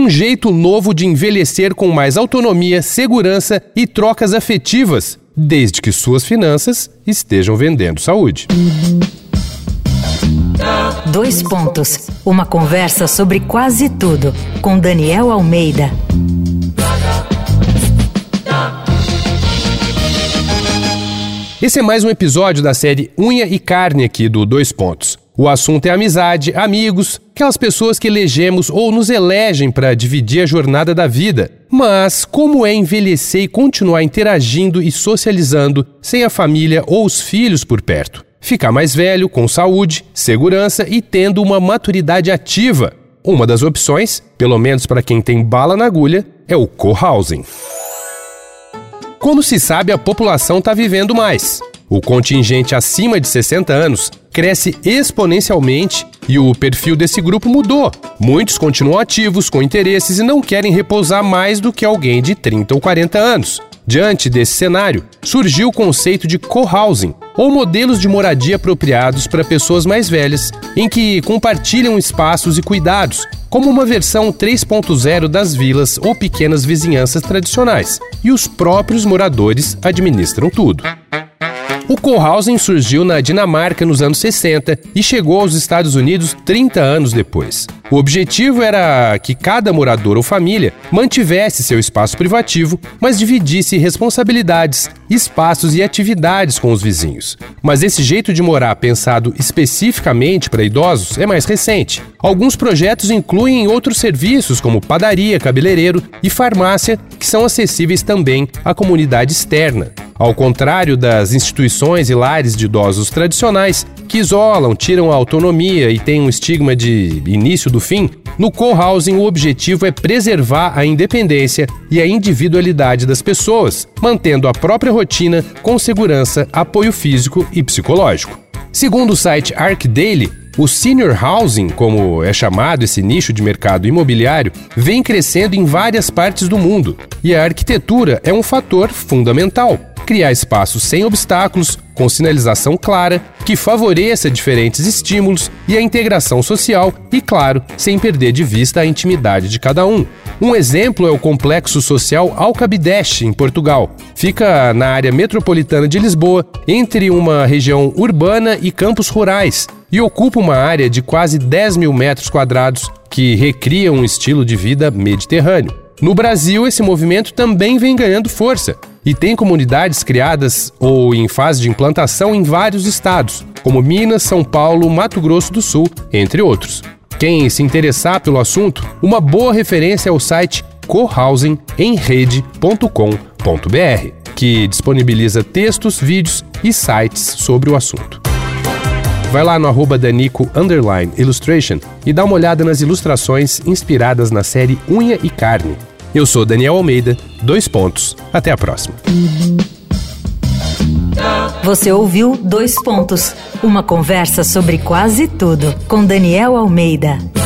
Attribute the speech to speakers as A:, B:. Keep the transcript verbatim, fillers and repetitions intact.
A: Um jeito novo de envelhecer com mais autonomia, segurança e trocas afetivas, desde que suas finanças estejam vendendo saúde.
B: Dois pontos. Uma conversa sobre quase tudo, com Daniel Almeida.
A: Esse é mais um episódio da série Unha e Carne aqui do Dois Pontos. O assunto é amizade, amigos, aquelas pessoas que elegemos ou nos elegem para dividir a jornada da vida. Mas como é envelhecer e continuar interagindo e socializando sem a família ou os filhos por perto? Ficar mais velho, com saúde, segurança e tendo uma maturidade ativa. Uma das opções, pelo menos para quem tem bala na agulha, é o co-housing. Como se sabe, a população está vivendo mais. O contingente acima de sessenta anos cresce exponencialmente e o perfil desse grupo mudou. Muitos continuam ativos, com interesses e não querem repousar mais do que alguém de trinta ou quarenta anos. Diante desse cenário, surgiu o conceito de co-housing, ou modelos de moradia apropriados para pessoas mais velhas, em que compartilham espaços e cuidados, como uma versão três ponto zero das vilas ou pequenas vizinhanças tradicionais, e os próprios moradores administram tudo. O co-housing surgiu na Dinamarca nos anos sessenta e chegou aos Estados Unidos trinta anos depois. O objetivo era que cada morador ou família mantivesse seu espaço privativo, mas dividisse responsabilidades, espaços e atividades com os vizinhos. Mas esse jeito de morar pensado especificamente para idosos é mais recente. Alguns projetos incluem outros serviços como padaria, cabeleireiro e farmácia, que são acessíveis também à comunidade externa. Ao contrário das instituições e lares de idosos tradicionais, que isolam, tiram a autonomia e têm um estigma de início do fim, no co-housing o objetivo é preservar a independência e a individualidade das pessoas, mantendo a própria rotina com segurança, apoio físico e psicológico. Segundo o site ArcDaily, o senior housing, como é chamado esse nicho de mercado imobiliário, vem crescendo em várias partes do mundo, e a arquitetura é um fator fundamental. Criar espaços sem obstáculos, com sinalização clara, que favoreça diferentes estímulos e a integração social e, claro, sem perder de vista a intimidade de cada um. Um exemplo é o Complexo Social Alcabideche, em Portugal. Fica na área metropolitana de Lisboa, entre uma região urbana e campos rurais, e ocupa uma área de quase dez mil metros quadrados, que recria um estilo de vida mediterrâneo. No Brasil, esse movimento também vem ganhando força e tem comunidades criadas ou em fase de implantação em vários estados, como Minas, São Paulo, Mato Grosso do Sul, entre outros. Quem se interessar pelo assunto, uma boa referência é o site cohousing em rede ponto com ponto b r, que disponibiliza textos, vídeos e sites sobre o assunto. Vai lá no arroba Danico underline illustration e dá uma olhada nas ilustrações inspiradas na série Unha e Carne. Eu sou Daniel Almeida, dois pontos. Até a próxima.
B: Você ouviu Dois Pontos, uma conversa sobre quase tudo com Daniel Almeida.